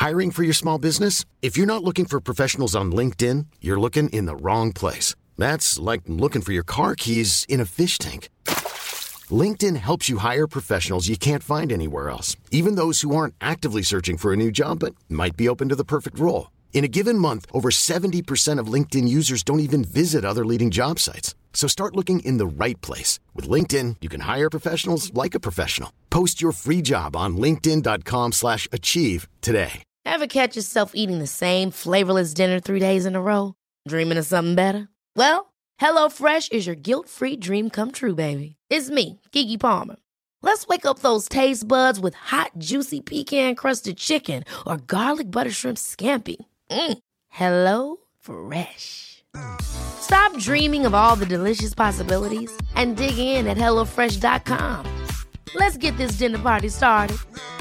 Hiring for your small business? If you're not looking for professionals on LinkedIn, you're looking in the wrong place. That's like looking for your car keys in a fish tank. LinkedIn helps you hire professionals you can't find anywhere else, even those who aren't actively searching for a new job but might be open to the perfect role. In a given month, over 70% of LinkedIn users don't even visit other leading job sites. So start looking in the right place. With LinkedIn, you can hire professionals like a professional. Post your free job on linkedin.com/achieve today. Ever catch yourself eating the same flavorless dinner 3 days in a row? Dreaming of something better? Well, HelloFresh is your guilt-free dream come true, baby. It's me, Keke Palmer. Let's wake up those taste buds with hot, juicy pecan-crusted chicken or garlic butter shrimp scampi. Hello Fresh. Stop dreaming of all the delicious possibilities and dig in at HelloFresh.com. Let's get this dinner party started.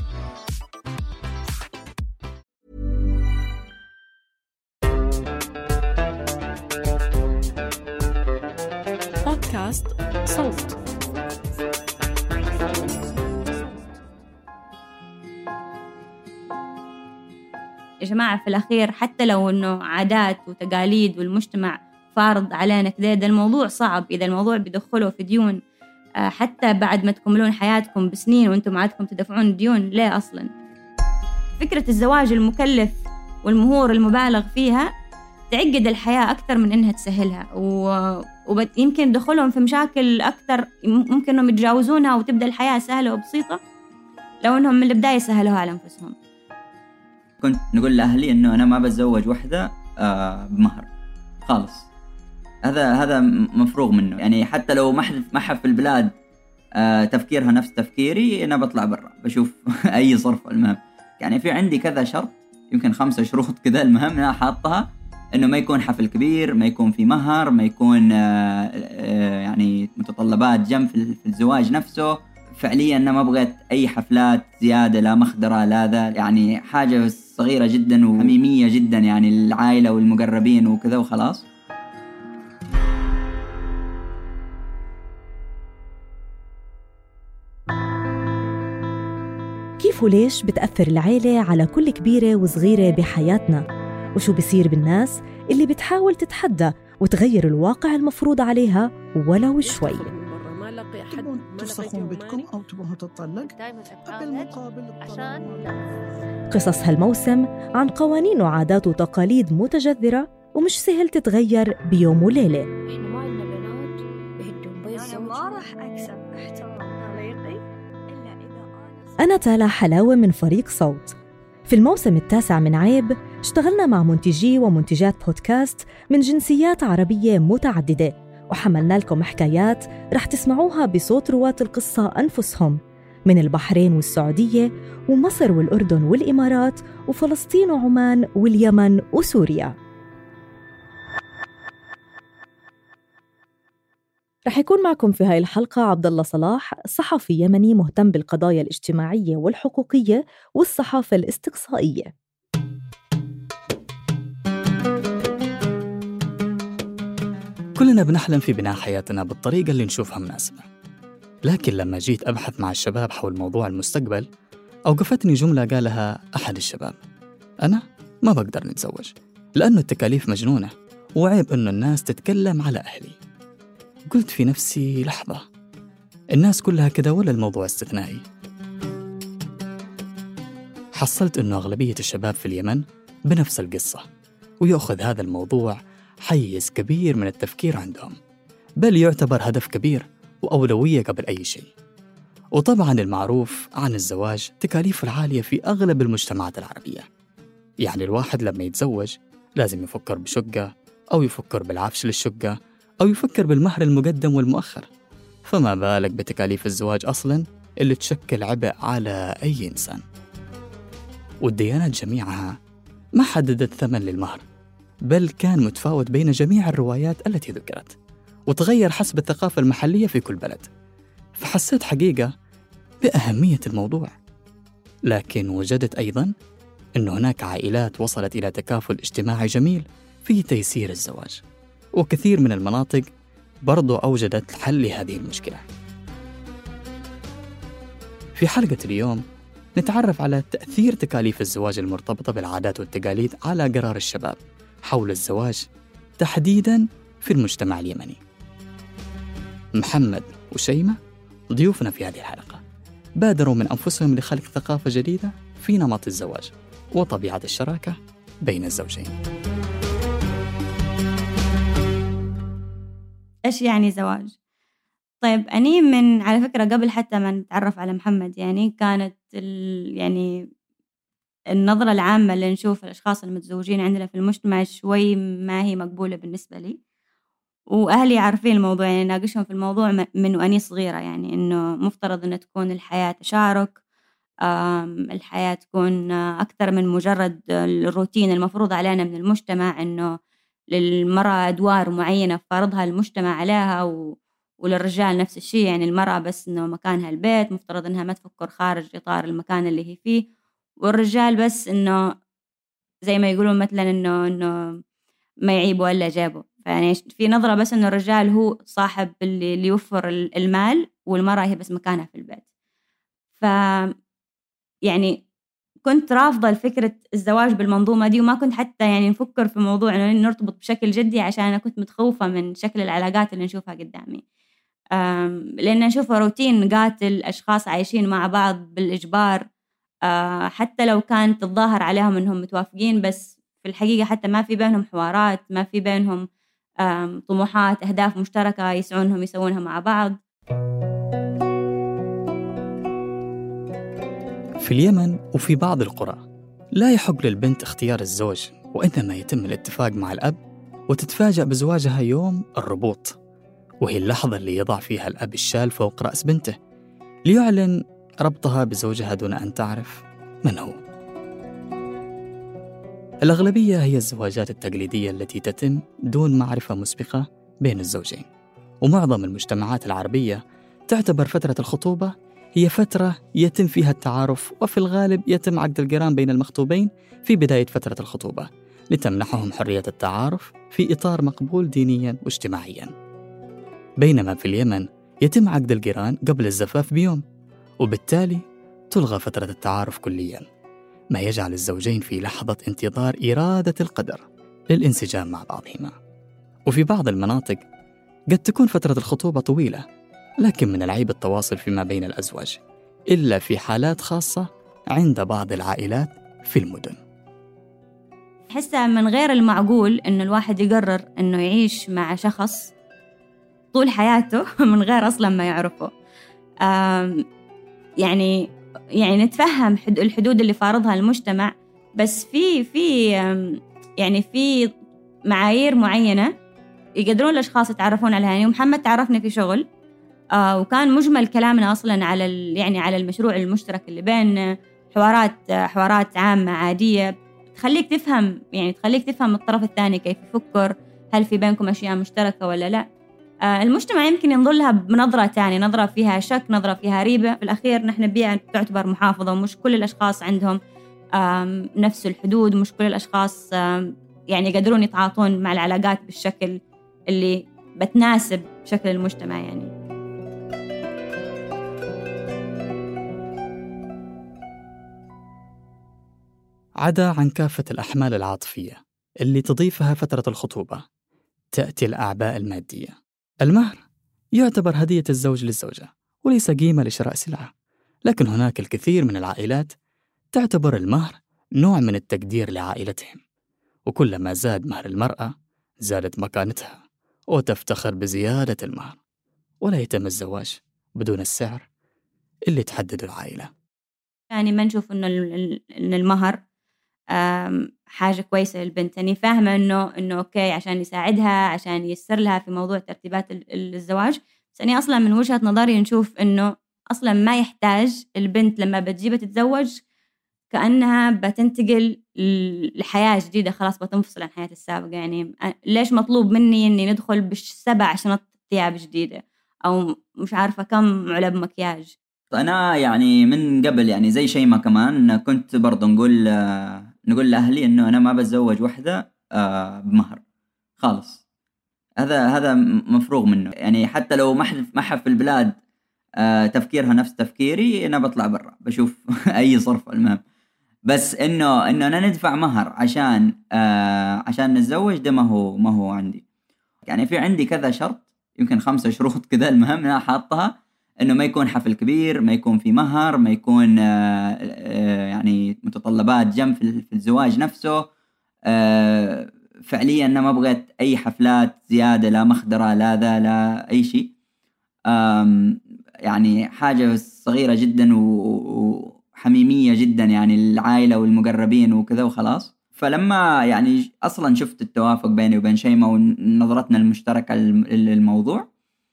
بودكاست صوت. يا جماعة في الأخير حتى لو إنه عادات وتقاليد والمجتمع فارض علينا كذا، ده الموضوع صعب. إذا الموضوع بيدخله في ديون حتى بعد ما تكملون حياتكم بسنين وأنتم عادكم تدفعون ديون، ليه أصلاً؟ فكرة الزواج المكلف والمهور المبالغ فيها تعقد الحياة أكثر من إنها تسهلها، ويمكن دخولهم في مشاكل أكثر، ممكن إنهم يتجاوزونها وتبدأ الحياة سهلة وبسيطة لو إنهم من البداية سهلوها على أنفسهم. كنت نقول لأهلي إنه أنا ما بتزوج وحدة بمهر خالص، هذا مفروغ منه. يعني حتى لو ما حد في البلاد تفكيرها نفس تفكيري، أنا بطلع برا بشوف أي صرف. المهم يعني في عندي كذا شرط، يمكن 5 شروط كذا. المهم أنا حاطها إنه ما يكون حفل كبير، ما يكون في مهر، ما يكون يعني متطلبات جنب في الزواج نفسه. فعليا أنا ما بغيت أي حفلات زيادة، لا مخدرة لا ذا، يعني حاجة صغيرة جدا وحميمية جدا، يعني العائلة والمقربين وكذا وخلاص. كيف وليش بتأثر العيلة على كل كبيرة وصغيرة بحياتنا؟ وشو بيصير بالناس اللي بتحاول تتحدى وتغير الواقع المفروض عليها ولو شوي؟ تبون تفسخون بيتكم أو تبون تطلق بالمقابل قصص هالموسم عن قوانين وعادات وتقاليد متجذرة ومش سهل تتغير بيوم وليلة. أنا تالا حلاوة من فريق صوت. في الموسم 9 من عيب اشتغلنا مع منتجي ومنتجات بودكاست من جنسيات عربية متعددة، وحملنا لكم حكايات رح تسمعوها بصوت رواة القصة أنفسهم من البحرين والسعودية ومصر والأردن والإمارات وفلسطين وعمان واليمن وسوريا. رح يكون معكم في هاي الحلقة عبد الله صلاح، صحفي يمني مهتم بالقضايا الاجتماعية والحقوقية والصحافة الاستقصائية. كلنا بنحلم في بناء حياتنا بالطريقة اللي نشوفها مناسبة، لكن لما جيت أبحث مع الشباب حول موضوع المستقبل أوقفتني جملة قالها أحد الشباب: أنا ما بقدر نتزوج لأنه التكاليف مجنونة وعيب أنه الناس تتكلم على أهلي. قلت في نفسي لحظة، الناس كلها كده ولا الموضوع استثنائي؟ حصلت أنه أغلبية الشباب في اليمن بنفس القصة، ويأخذ هذا الموضوع حيز كبير من التفكير عندهم، بل يعتبر هدف كبير وأولوية قبل أي شيء. وطبعاً المعروف عن الزواج تكاليفه العالية في أغلب المجتمعات العربية، يعني الواحد لما يتزوج لازم يفكر بشقة أو يفكر بالعفش للشقة أو يفكر بالمهر المقدم والمؤخر، فما بالك بتكاليف الزواج أصلاً اللي تشكل عبء على أي إنسان. والديانات جميعها ما حددت ثمن للمهر، بل كان متفاوت بين جميع الروايات التي ذكرت، وتغير حسب الثقافة المحلية في كل بلد. فحسيت حقيقة بأهمية الموضوع، لكن وجدت أيضاً أن هناك عائلات وصلت إلى تكافل اجتماعي جميل في تيسير الزواج، وكثير من المناطق برضو أوجدت حل لهذه المشكلة. في حلقة اليوم نتعرف على تأثير تكاليف الزواج المرتبطة بالعادات والتقاليد على قرار الشباب حول الزواج تحديداً في المجتمع اليمني. محمد وشيمة ضيوفنا في هذه الحلقة بادروا من أنفسهم لخلق ثقافة جديدة في نمط الزواج وطبيعة الشراكة بين الزوجين. إيش يعني زواج؟ طيب أني من على فكرة قبل حتى ما نتعرف على محمد يعني كانت يعني النظرة العامة اللي نشوف الأشخاص المتزوجين عندنا في المجتمع شوي ما هي مقبولة بالنسبة لي، وأهلي عارفين الموضوع يعني ناقشهم في الموضوع من وأني صغيرة، يعني إنه مفترض إنه تكون الحياة تشارك، الحياة تكون أكثر من مجرد الروتين المفروض علينا من المجتمع، إنه للمرأة أدوار معينة فرضها المجتمع عليها وللرجال نفس الشيء، يعني المرأة بس إنه مكانها البيت، مفترض إنها ما تفكر خارج إطار المكان اللي هي فيه، والرجال بس إنه زي ما يقولون مثلا إنه ما يعيبوا إلا جابوا، يعني في نظرة بس إنه الرجال هو صاحب اللي يوفر المال والمرأة هي بس مكانها في البيت. يعني كنت رافضة الفكرة الزواج بالمنظومة دي، وما كنت حتى يعني نفكر في موضوع إنه نرتبط بشكل جدي، عشان أنا كنت متخوفة من شكل العلاقات اللي نشوفها قدامي، لأن نشوفها روتين قاتل، أشخاص عايشين مع بعض بالإجبار، حتى لو كانت الظاهر عليهم إنهم متوافقين، بس في الحقيقة حتى ما في بينهم حوارات، ما في بينهم طموحات، أهداف مشتركة يسعونهم يسوونها مع بعض. في اليمن وفي بعض القرى لا يحق للبنت اختيار الزوج، وإنما يتم الاتفاق مع الأب وتتفاجأ بزواجها يوم الربوط، وهي اللحظة اللي يضع فيها الأب الشال فوق رأس بنته ليعلن ربطها بزوجها دون أن تعرف من هو. الأغلبية هي الزواجات التقليدية التي تتم دون معرفة مسبقة بين الزوجين، ومعظم المجتمعات العربية تعتبر فترة الخطوبة هي فترة يتم فيها التعارف، وفي الغالب يتم عقد القران بين المخطوبين في بداية فترة الخطوبة لتمنحهم حرية التعارف في إطار مقبول دينيا واجتماعيا. بينما في اليمن يتم عقد القران قبل الزفاف بيوم، وبالتالي تلغى فترة التعارف كليا، ما يجعل الزوجين في لحظة انتظار إرادة القدر للانسجام مع بعضهما. وفي بعض المناطق قد تكون فترة الخطوبة طويلة، لكن من العيب التواصل فيما بين الأزواج، إلا في حالات خاصة عند بعض العائلات في المدن. أحسها من غير المعقول إنه الواحد يقرر إنه يعيش مع شخص طول حياته من غير أصلا ما يعرفه. يعني نتفهم الحدود اللي فارضها المجتمع، بس يعني في معايير معينة يقدرون الأشخاص يتعرفون عليها. يعني محمد تعرفنا في شغل، وكان مجمل كلامنا أصلاً على المشروع المشترك اللي بيننا، حوارات عامة عادية تخليك تفهم الطرف الثاني كيف يفكر، هل في بينكم أشياء مشتركة ولا لا. المجتمع يمكن ينظر لها بنظرة تانية، نظرة فيها شك، نظرة فيها ريبة. في الأخير نحن بيئة تعتبر محافظة، ومش كل الأشخاص عندهم نفس الحدود، مش كل الأشخاص يعني يقدرون يتعاطون مع العلاقات بالشكل اللي بتناسب شكل المجتمع. يعني عدا عن كافة الأحمال العاطفية اللي تضيفها فترة الخطوبة، تأتي الأعباء المادية. المهر يعتبر هدية الزوج للزوجة وليس قيمة لشراء سلعة، لكن هناك الكثير من العائلات تعتبر المهر نوع من التقدير لعائلتهم، وكلما زاد مهر المرأة زادت مكانتها وتفتخر بزيادة المهر، ولا يتم الزواج بدون السعر اللي تحدده العائلة. يعني ما نشوف إن المهر حاجة كويسة للبنت، يعني فاهمة إنه أوكي عشان يساعدها، عشان ييسر لها في موضوع ترتيبات الزواج، بس أنا أصلا من وجهة نظري نشوف إنه أصلا ما يحتاج البنت لما بتجيب تتزوج كأنها بتنتقل لحياة جديدة، خلاص بتنفصل عن حياة السابقة. يعني ليش مطلوب مني إني ندخل ب7 شنط ثياب جديدة أو مش عارفة كم علب مكياج؟ أنا يعني من قبل يعني زي شيء ما كمان كنت برضو نقول لأهلي إنه أنا ما بتزوج وحدة بمهر خالص. هذا مفروغ منه. يعني حتى لو ما حد في البلاد تفكيرها نفس تفكيري، أنا بطلع برا بشوف أي صرف المهم. بس إنه أنا ندفع مهر عشان نتزوج، ده ما هو عندي. يعني في عندي كذا شرط، يمكن 5 شروط كذا المهم أنا حاطها، إنه ما يكون حفل كبير، ما يكون في مهر، ما يكون يعني متطلبات جنب في الزواج نفسه. فعليا أنا ما بغيت أي حفلات زيادة، لا مخدرة لا ذا لا أي شيء. يعني حاجة صغيرة جدا وحميمية جدا، يعني العائلة والمقربين وكذا وخلاص. فلما يعني أصلا شفت التوافق بيني وبين شيماء ونظرتنا المشتركة للموضوع،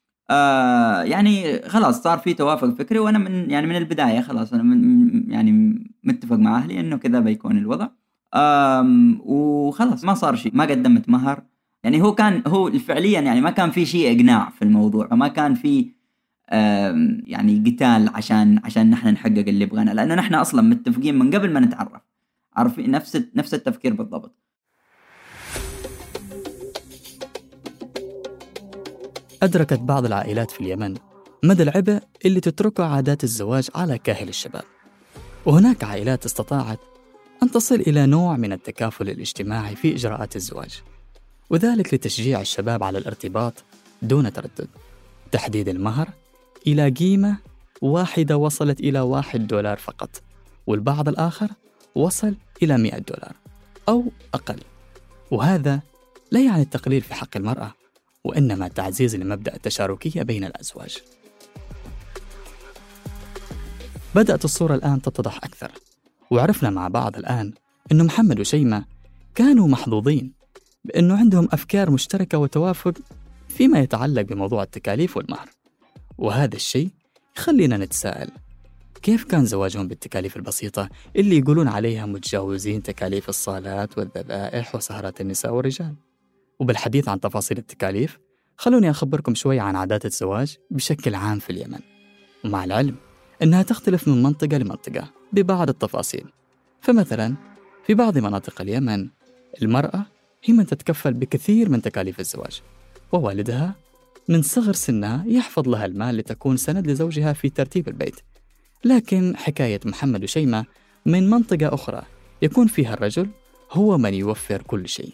يعني خلاص صار في توافق فكري، وأنا من البداية خلاص أنا يعني متفق مع أهلي إنه كذا بيكون الوضع. وخلاص ما صار شيء، ما قدمت مهر. يعني هو فعليا يعني ما كان في شيء إقناع في الموضوع، فما كان في يعني قتال عشان نحن نحقق اللي بغانا، لأنه نحن أصلا متفقين من قبل ما نتعرف، عارفين نفس التفكير بالضبط. أدركت بعض العائلات في اليمن مدى العبء اللي تتركه عادات الزواج على كاهل الشباب، وهناك عائلات استطاعت أن تصل إلى نوع من التكافل الاجتماعي في إجراءات الزواج، وذلك لتشجيع الشباب على الارتباط دون تردد. تحديد المهر إلى قيمة واحدة وصلت إلى $1 فقط، والبعض الآخر وصل إلى $100 أو أقل. وهذا لا يعني التقليل في حق المرأة، وإنما تعزيز لمبدأ التشاركية بين الأزواج. بدأت الصورة الآن تتضح أكثر، وعرفنا مع بعض الآن أن محمد وشيماء كانوا محظوظين بأنه عندهم أفكار مشتركة وتوافق فيما يتعلق بموضوع التكاليف والمهر. وهذا الشيء يخلينا نتساءل، كيف كان زواجهم بالتكاليف البسيطة اللي يقولون عليها متجاوزين تكاليف الصالات والذبائح وسهرات النساء والرجال؟ وبالحديث عن تفاصيل التكاليف، خلوني أخبركم شوي عن عادات الزواج بشكل عام في اليمن، ومع العلم أنها تختلف من منطقة لمنطقة ببعض التفاصيل. فمثلا في بعض مناطق اليمن المرأة هي من تتكفل بكثير من تكاليف الزواج، ووالدها من صغر سنها يحفظ لها المال لتكون سند لزوجها في ترتيب البيت. لكن حكاية محمد وشيماء من منطقة أخرى يكون فيها الرجل هو من يوفر كل شيء.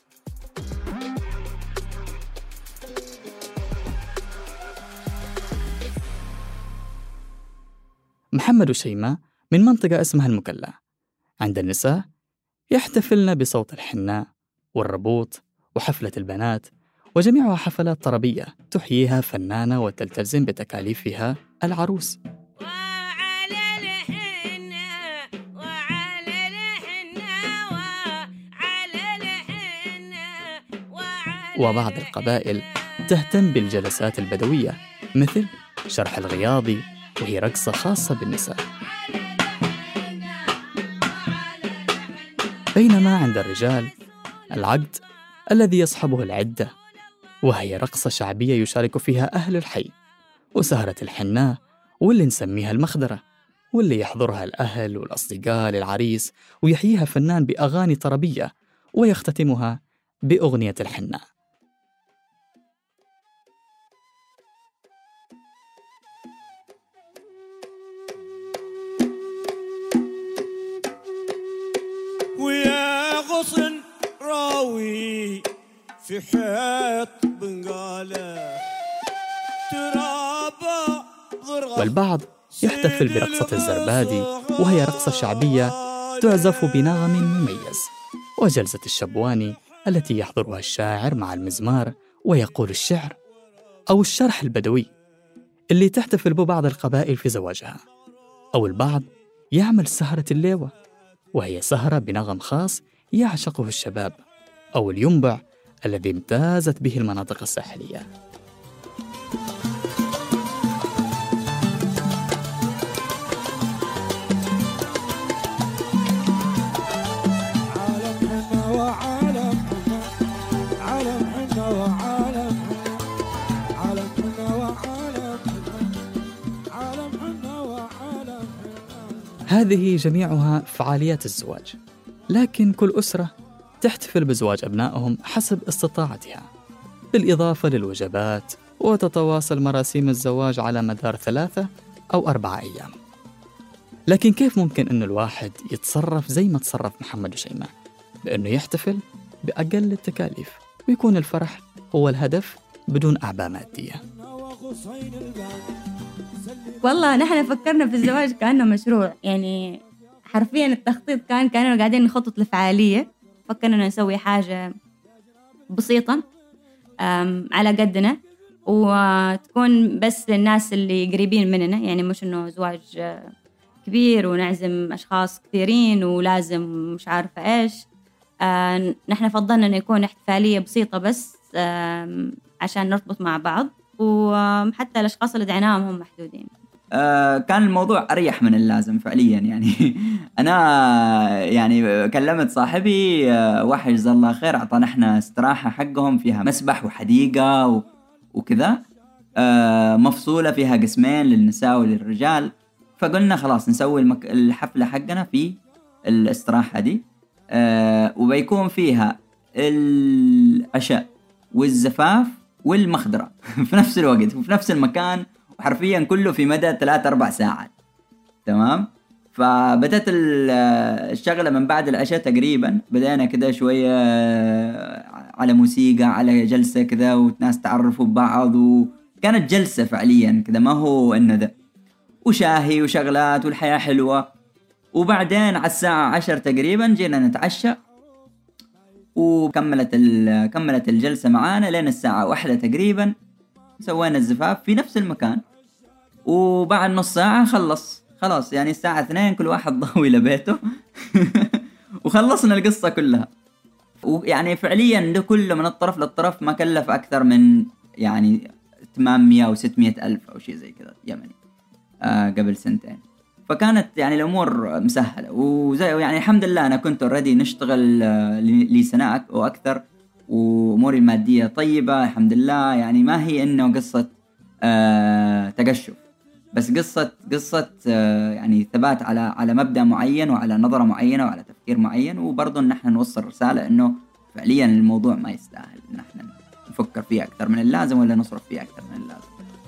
محمد وشيماء من منطقة اسمها المكلا، عند النساء يحتفلن بصوت الحناء والربوط وحفلة البنات، وجميعها حفلات طربية تحييها فنانة وتلتزم بتكاليفها العروس. وبعض القبائل تهتم بالجلسات البدوية مثل شرح الغياضي، وهي رقصة خاصة بالنساء. بينما عند الرجال العقد الذي يصحبه العدة، وهي رقصة شعبية يشارك فيها أهل الحي، وسهرة الحناء واللي نسميها المخدرة، واللي يحضرها الأهل والأصدقاء للعريس، ويحييها فنان بأغاني طربية ويختتمها بأغنية الحناء. ويا غصن راوي في حيط بنقاله ترابا. والبعض يحتفل برقصة الزربادي، وهي رقصة شعبية تعزف بنغم مميز، وجلسة الشبواني التي يحضرها الشاعر مع المزمار ويقول الشعر، أو الشرح البدوي اللي تحتفل ببعض القبائل في زواجها. أو البعض يعمل سهرة الليوة، وهي سهرة بنغم خاص يعشقه الشباب، أو الينبع الذي امتازت به المناطق الساحلية. هذه جميعها فعاليات الزواج، لكن كل أسرة تحتفل بزواج أبنائهم حسب استطاعتها، بالإضافة للوجبات وتتواصل مراسيم الزواج على مدار 3 أو 4 أيام. لكن كيف ممكن أن الواحد يتصرف زي ما تصرف محمد وشيماء، بأنه يحتفل بأقل التكاليف ويكون الفرح هو الهدف بدون أعباء مادية؟ والله نحن فكرنا في الزواج كأنه مشروع، يعني حرفيا التخطيط كأننا قاعدين نخطط لفعالية. فكرنا نسوي حاجة بسيطة على قدنا، وتكون بس للناس اللي قريبين مننا، يعني مش إنه زواج كبير ونعزم أشخاص كثيرين ولازم مش عارفة إيش. نحن فضلنا أن يكون احتفالية بسيطة بس عشان نرتبط مع بعض، وحتى الأشخاص اللي دعيناهم هم محدودين. كان الموضوع أريح من اللازم فعليا يعني. أنا يعني كلمت صاحبي واحد جزاه الله خير، أعطانا إحنا استراحة حقهم فيها مسبح وحديقة وكذا، مفصولة فيها قسمين للنساء وللرجال. فقلنا خلاص نسوي الحفلة حقنا في الاستراحة دي، وبيكون فيها العشاء والزفاف والمخدرة في نفس الوقت وفي نفس المكان، وحرفيا كله في مدى 3-4 ساعات. تمام. فبدأت الشغلة من بعد العشاء تقريبا، بدأنا كده شوية على موسيقى، على جلسة كده وناس تعرفوا ببعض، وكانت جلسة فعليا كده، ما هو إنه ده، وشاهي وشغلات والحياة حلوة. وبعدين على الساعة 10 تقريبا جينا نتعشى، وكملت الجلسة معانا لين الساعة 1 تقريبا. سوينا الزفاف في نفس المكان، وبعد نص ساعة خلاص يعني الساعة 2 كل واحد ضوي لبيته وخلصنا القصة كلها. ويعني فعليا ده كله من الطرف للطرف ما كلف أكثر من يعني 800 أو 600 ألف أو شيء زي كذا يمني قبل 2 سنين. فكانت يعني الأمور مسهلة، وزي يعني الحمد لله أنا كنت already نشتغل لي سنة وأكثر، وأموري المادية طيبة الحمد لله. يعني ما هي إنه قصة تقشف، بس قصة يعني ثبات على مبدأ معين وعلى نظرة معينة وعلى تفكير معين، وبرضه إن احنا نوصل رسالة إنه فعليا الموضوع ما يستاهل إن احنا نفكر فيه أكثر من اللازم ولا نصرف فيه أكثر من اللازم.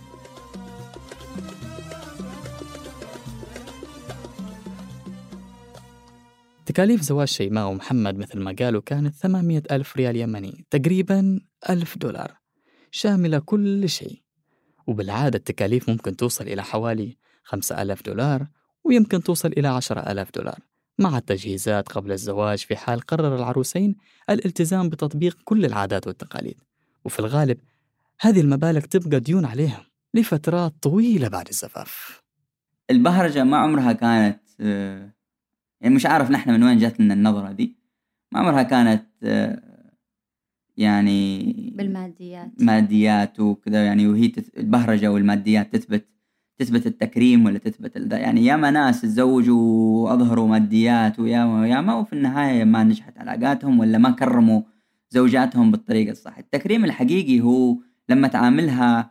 تكاليف زواج شيماء ومحمد مثل ما قالوا كانت 800 ألف ريال يمني، تقريباً $1000، شاملة كل شيء. وبالعادة التكاليف ممكن توصل إلى حوالي $5000 ويمكن توصل إلى $10,000 مع التجهيزات قبل الزواج، في حال قرر العروسين الالتزام بتطبيق كل العادات والتقاليد. وفي الغالب هذه المبالغ تبقى ديون عليهم لفترات طويلة بعد الزفاف. البهرجة ما عمرها كانت يعني مش عارف نحن من وين جات لنا النظرة دي، ما عمرها كانت يعني ماديات وكذا يعني. وهي البهرجة والماديات تثبت التكريم ولا تثبت يعني ياما ناس تزوجوا وأظهروا ماديات وياما وفي النهاية ما نجحت علاقاتهم ولا ما كرموا زوجاتهم بالطريقة الصح. التكريم الحقيقي هو لما تعاملها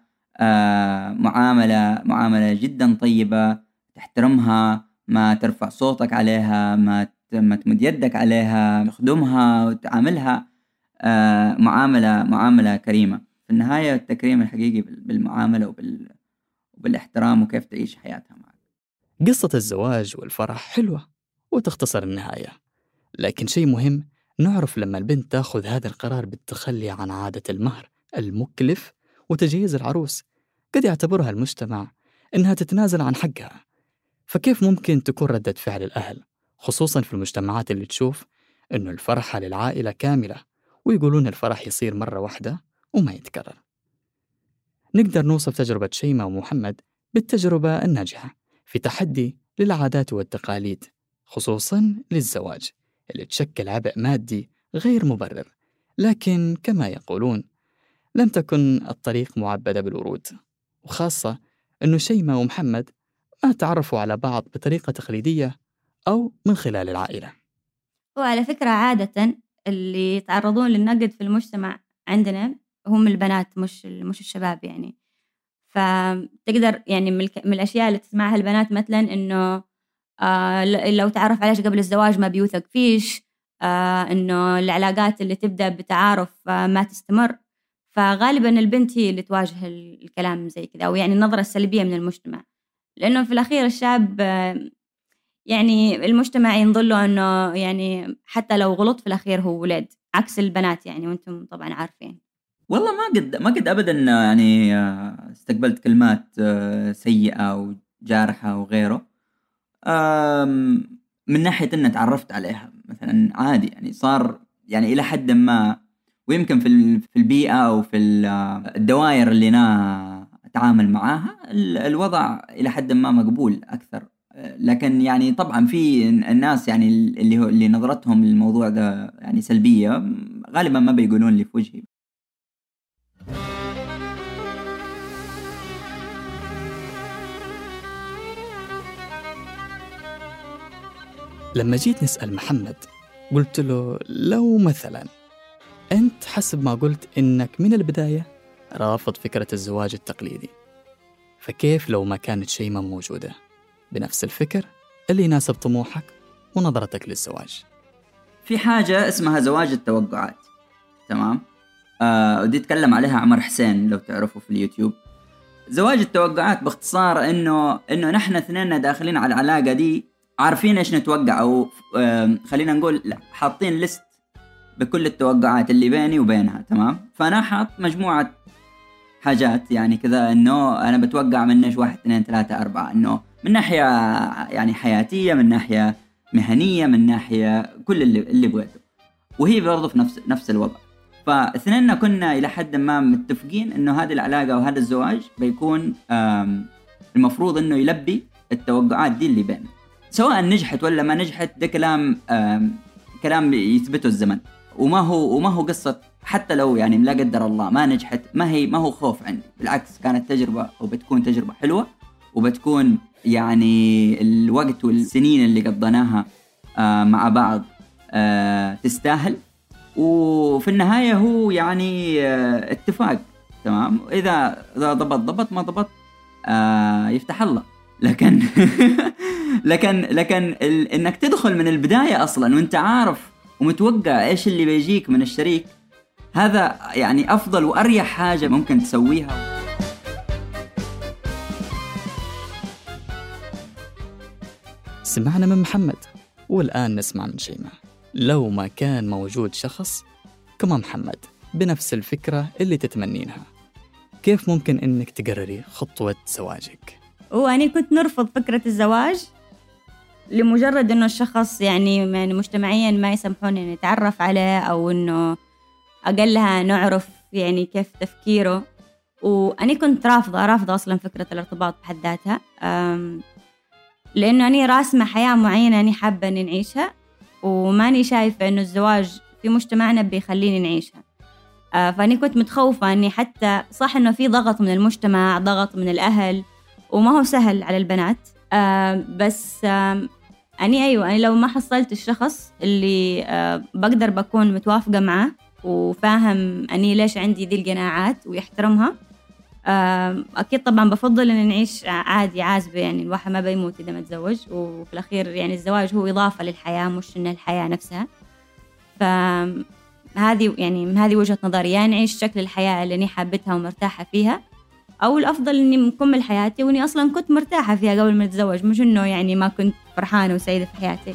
معاملة جدا طيبة، تحترمها، ما ترفع صوتك عليها، ما تمد يدك عليها، تخدمها وتعاملها معاملة كريمة. في النهاية التكريم الحقيقي بالمعاملة وبالاحترام وكيف تعيش حياتها معك. قصة الزواج والفرح حلوة وتختصر النهاية، لكن شيء مهم نعرف لما البنت تأخذ هذا القرار بالتخلي عن عادة المهر المكلف وتجهيز العروس، قد يعتبرها المجتمع إنها تتنازل عن حقها. فكيف ممكن تكون ردة فعل الأهل، خصوصاً في المجتمعات اللي تشوف إنه الفرحة للعائلة كاملة ويقولون الفرح يصير مرة واحدة وما يتكرر؟ نقدر نوصف تجربة شيماء ومحمد بالتجربة الناجحة في تحدي للعادات والتقاليد، خصوصاً للزواج اللي تشكل عبء مادي غير مبرر. لكن كما يقولون لم تكن الطريق معبدة بالورود، وخاصة إنه شيماء ومحمد ما تعرفوا على بعض بطريقة تقليدية أو من خلال العائلة. وعلى فكرة عادة اللي يتعرضون للنقد في المجتمع عندنا هم البنات مش الشباب يعني. فتقدر يعني من الأشياء اللي تسمعها البنات مثلا إنه لو تعرف عليش قبل الزواج ما بيوثق فيش، إنه العلاقات اللي تبدأ بتعارف ما تستمر. فغالبا البنت هي اللي تواجه الكلام زي كذا، أو يعني النظرة السلبية من المجتمع، لأنه في الأخير الشاب يعني المجتمع ينظر له أنه يعني حتى لو غلط في الأخير هو ولد، عكس البنات يعني، وأنتم طبعا عارفين. والله ما قد أبدا يعني استقبلت كلمات سيئة وجارحة وغيره، من ناحية أن تعرفت عليها مثلا عادي، يعني صار يعني إلى حد ما، ويمكن في البيئة أو في الدوائر اللي أنا أتعامل معاها الوضع إلى حد ما مقبول أكثر. لكن يعني طبعا في الناس يعني اللي نظرتهم للموضوع ده يعني سلبية، غالبا ما بيقولون لي في وجهي. لما جيت نسأل محمد قلت له لو مثلا أنت حسب ما قلت إنك من البداية رافض فكرة الزواج التقليدي، فكيف لو ما كانت شيماء موجودة بنفس الفكر اللي يناسب طموحك ونظرتك للزواج؟ في حاجة اسمها زواج التوقعات، تمام؟ ودي يتكلم عليها عمر حسين لو تعرفوا في اليوتيوب. زواج التوقعات باختصار إنه نحن اثنين داخلين على العلاقة دي عارفين إيش نتوقع، أو خلينا نقول حاطين لست بكل التوقعات اللي بيني وبينها، تمام؟ فأنا حاط مجموعة حاجات يعني كذا، إنه أنا بتوقع منش 1 2 3 4، إنه من ناحية يعني حياتية، من ناحية مهنية، من ناحية كل اللي بغيته، وهي برضو في نفس الوضع. فاثنيننا كنا إلى حد ما متفقين إنه هذه العلاقة وهذا الزواج بيكون المفروض إنه يلبي التوقعات دي اللي بيننا، سواء نجحت ولا ما نجحت ده كلام يثبته الزمن، وما هو قصة. حتى لو يعني لا قدر الله ما نجحت، ما هو خوف عندي، بالعكس كانت تجربة وبتكون تجربة حلوة، وبتكون يعني الوقت والسنين اللي قضيناها مع بعض تستاهل. وفي النهاية هو يعني اتفاق، تمام؟ إذا ضبط ما ضبط يفتح الله. لكن لكن إنك تدخل من البداية أصلا وإنت عارف ومتوقع إيش اللي بيجيك من الشريك، هذا يعني أفضل وأريح حاجة ممكن تسويها. سمعنا من محمد، والآن نسمع من شيماء. لو ما كان موجود شخص كما محمد بنفس الفكرة اللي تتمنينها، كيف ممكن إنك تقرري خطوة زواجك؟ وأنا كنت نرفض فكرة الزواج لمجرد إنه الشخص يعني مجتمعيا ما يسمحون إن نتعرف عليه، أو إنه أقلها نعرف يعني كيف تفكيره. وأنا كنت رافضة أصلا فكرة الارتباط بحد ذاتها، لأنه أنا راسمة حياة معينة أنا حابة أن نعيشها، وماني شايفة إنه الزواج في مجتمعنا بيخليني نعيشها. فأني كنت متخوفة أني حتى صح إنه في ضغط من المجتمع، ضغط من الأهل، وما هو سهل على البنات، بس أنا لو ما حصلت الشخص اللي بقدر بكون متوافقة معه وفاهم أني ليش عندي ذي القناعات ويحترمها، أكيد طبعا بفضل أن نعيش عادي عازبة، يعني الواحد ما بيموت إذا ما تزوج، وفي الأخير يعني الزواج هو إضافة للحياة مش إن الحياة نفسها. فهذه يعني هذه وجهة نظري، يعني نعيش شكل الحياة اللي أنا حابتها ومرتاحة فيها، أو الأفضل إني مكمل حياتي وإني أصلا كنت مرتاحة فيها قبل ما أتزوج، مش إنه يعني ما كنت فرحانة وسعيدة في حياتي.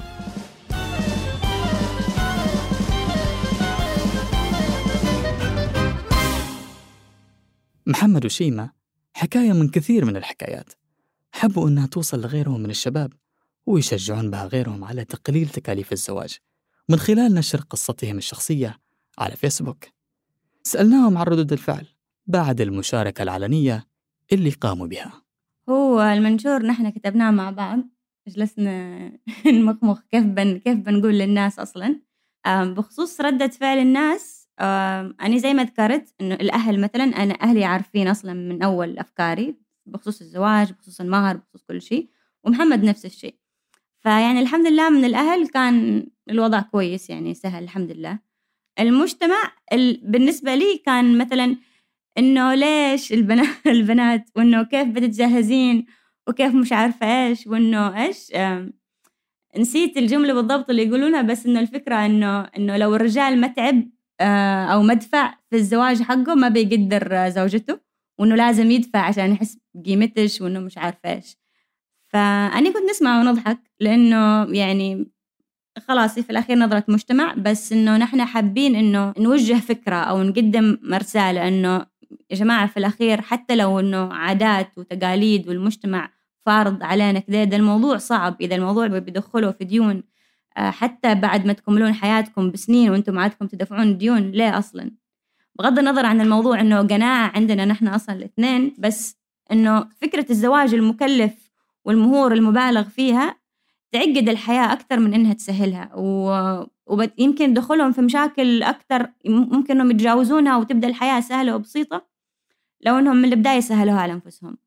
محمد وشيماء حكاية من كثير من الحكايات حبوا أنها توصل لغيرهم من الشباب، ويشجعون بها غيرهم على تقليل تكاليف الزواج من خلال نشر قصتهم الشخصية على فيسبوك. سألناهم عن ردود الفعل بعد المشاركة العلنية اللي قاموا بها. هو المنشور نحن كتبناه مع بعض، جلسنا نمخمخ كيف بنقول للناس أصلا بخصوص ردة فعل الناس. أنا زي ما ذكرت إنه الأهل مثلا، أنا أهلي عارفين أصلا من أول أفكاري بخصوص الزواج، بخصوص المهر، بخصوص كل شيء، ومحمد نفس الشيء. فيعني الحمد لله من الأهل كان الوضع كويس، يعني سهل الحمد لله. المجتمع بالنسبة لي كان مثلا إنه ليش البنات، وإنه كيف بتتجهزين، وكيف مش عارفة إيش، وإنه إيش نسيت الجملة بالضبط اللي يقولونها، بس إنه الفكرة إنه لو الرجال ما تعب أو مدفع في الزواج حقه ما بيقدر زوجته، وإنه لازم يدفع عشان يحس بقيمتش، وإنه مش عارفة إيش. فأني كنت نسمع ونضحك، لأنه يعني خلاص في الأخير نظرة مجتمع، بس إنه نحن حابين إنه نوجه فكرة أو نقدم رسالة إنه يا جماعة في الأخير حتى لو إنه عادات وتقاليد والمجتمع فارض علينا كده، ده الموضوع صعب. إذا الموضوع بيدخله في ديون، حتى بعد ما تكملون حياتكم بسنين وأنتم عادكم تدفعون ديون ليه أصلاً؟ بغض النظر عن الموضوع إنه قناعة عندنا نحن أصلاً الاثنين، بس إنه فكرة الزواج المكلف والمهور المبالغ فيها تعقد الحياة أكثر من إنها تسهلها، ويمكن دخولهم في مشاكل أكثر، ممكن إنهم يتجاوزونها وتبدأ الحياة سهلة وبسيطة لو إنهم من البداية سهلوها على أنفسهم.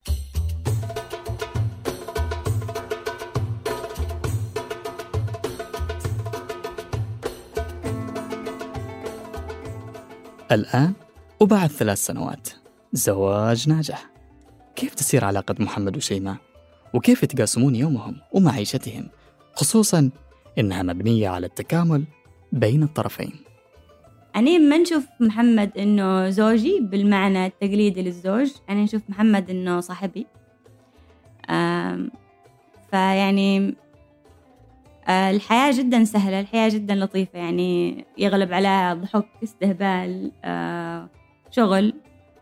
الآن وبعد 3 سنوات زواج ناجح، كيف تسير علاقة محمد وشيماء؟ وكيف يتقاسمون يومهم ومعيشتهم، خصوصاً إنها مبنية على التكامل بين الطرفين؟ أنا ما نشوف محمد إنه زوجي بالمعنى التقليدي للزوج، أنا نشوف محمد إنه صاحبي. فيعني الحياة جدا سهلة، الحياة جدا لطيفة، يعني يغلب عليها ضحك، استهبال، شغل،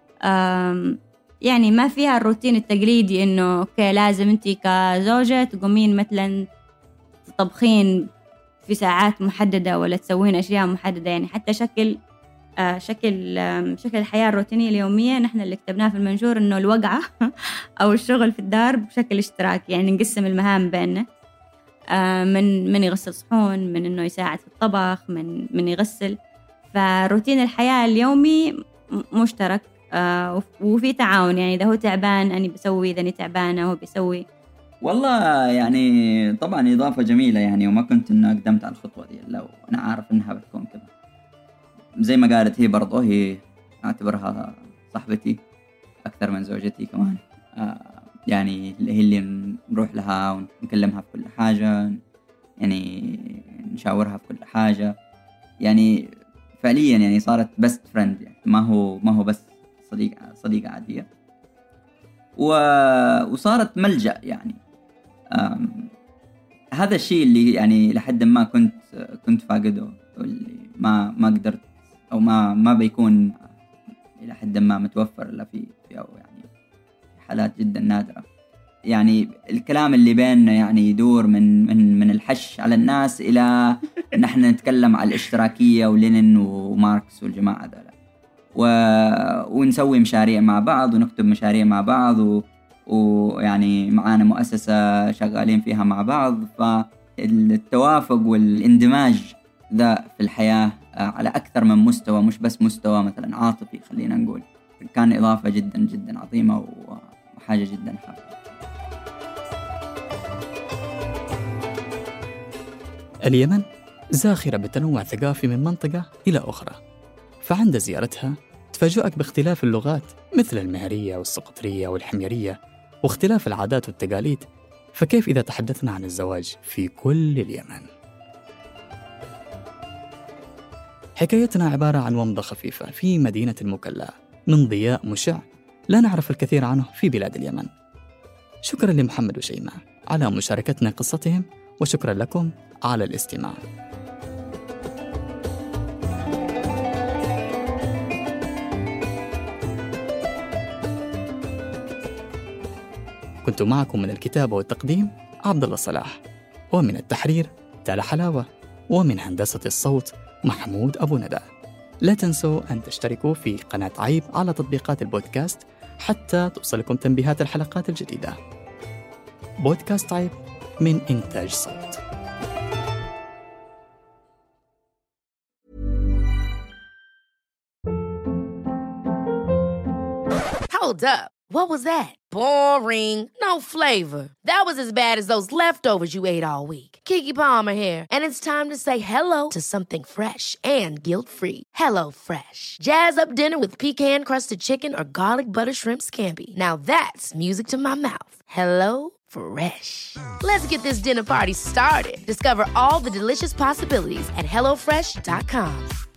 يعني ما فيها الروتين التقليدي إنه أوكي لازم أنتي كزوجة تقومين مثلا تطبخين في ساعات محددة ولا تسوين أشياء محددة. يعني حتى شكل الحياة الروتينية اليومية نحن اللي كتبناه في المنشور إنه الوقعة أو الشغل في الدار بشكل اشتراكي، يعني نقسم المهام بيننا، من يغسل صحون، من إنه يساعد في الطبخ، من يغسل. فروتين الحياة اليومي مشترك، وفي تعاون، يعني إذا هو تعبان أنا بسوي، إذا أنا تعبانة هو بيسوي. والله يعني طبعا إضافة جميلة يعني، وما كنت إنه قدمت على الخطوة دي لو أنا عارف إنها بتكون كذا. زي ما قالت هي برضو، هي أعتبرها صاحبتي أكثر من زوجتي كمان. يعني هي اللي نروح لها ونكلمها في كل حاجة، يعني نشاورها في كل حاجة، يعني فعليا يعني صارت بست فريند، يعني ما هو بس صديقة عادية، وصارت ملجأ يعني. هذا الشيء اللي يعني لحد ما كنت فاقده، واللي ما قدرت أو ما بيكون إلى حد ما متوفر إلا في أو يعني حالات جدا نادرة. يعني الكلام اللي بيننا يعني يدور من الحش على الناس إلى نحن نتكلم على الاشتراكية ولينين وماركس والجماعة دول، ونسوي مشاريع مع بعض ونكتب مشاريع مع بعض، ويعني معانا مؤسسة شغالين فيها مع بعض. فالتوافق والاندماج ذا في الحياة على أكثر من مستوى، مش بس مستوى مثلا عاطفي خلينا نقول، كان إضافة جدا جدا عظيمة وحاجة جدا حلوة. اليمن زاخرة بتنوع ثقافي من منطقة إلى أخرى، فعند زيارتها تفاجئك باختلاف اللغات مثل المهرية والسقطرية والحميرية، واختلاف العادات والتقاليد. فكيف إذا تحدثنا عن الزواج في كل اليمن؟ حكايتنا عبارة عن ومضة خفيفة في مدينة المكلا من ضياء مشع لا نعرف الكثير عنه في بلاد اليمن. شكرا لمحمد وشيماء على مشاركتنا قصتهم، وشكرا لكم على الاستماع. كنت معكم من الكتابة والتقديم عبد الله صلاح، ومن التحرير تالا حلاوة، ومن هندسة الصوت محمود أبو ندى. لا تنسوا أن تشتركوا في قناة عيب على تطبيقات البودكاست حتى توصلكم تنبيهات الحلقات الجديدة. بودكاست عيب من إنتاج صوت. Hold up. What was that? Boring. No flavor. That was as bad as those leftovers you ate all week. Keke Palmer here, and it's time to say hello to something fresh and guilt-free. Hello Fresh. Jazz up dinner with pecan-crusted chicken or garlic butter shrimp scampi. Now that's music to my mouth. Hello Fresh. Let's get this dinner party started. Discover all the delicious possibilities at HelloFresh.com.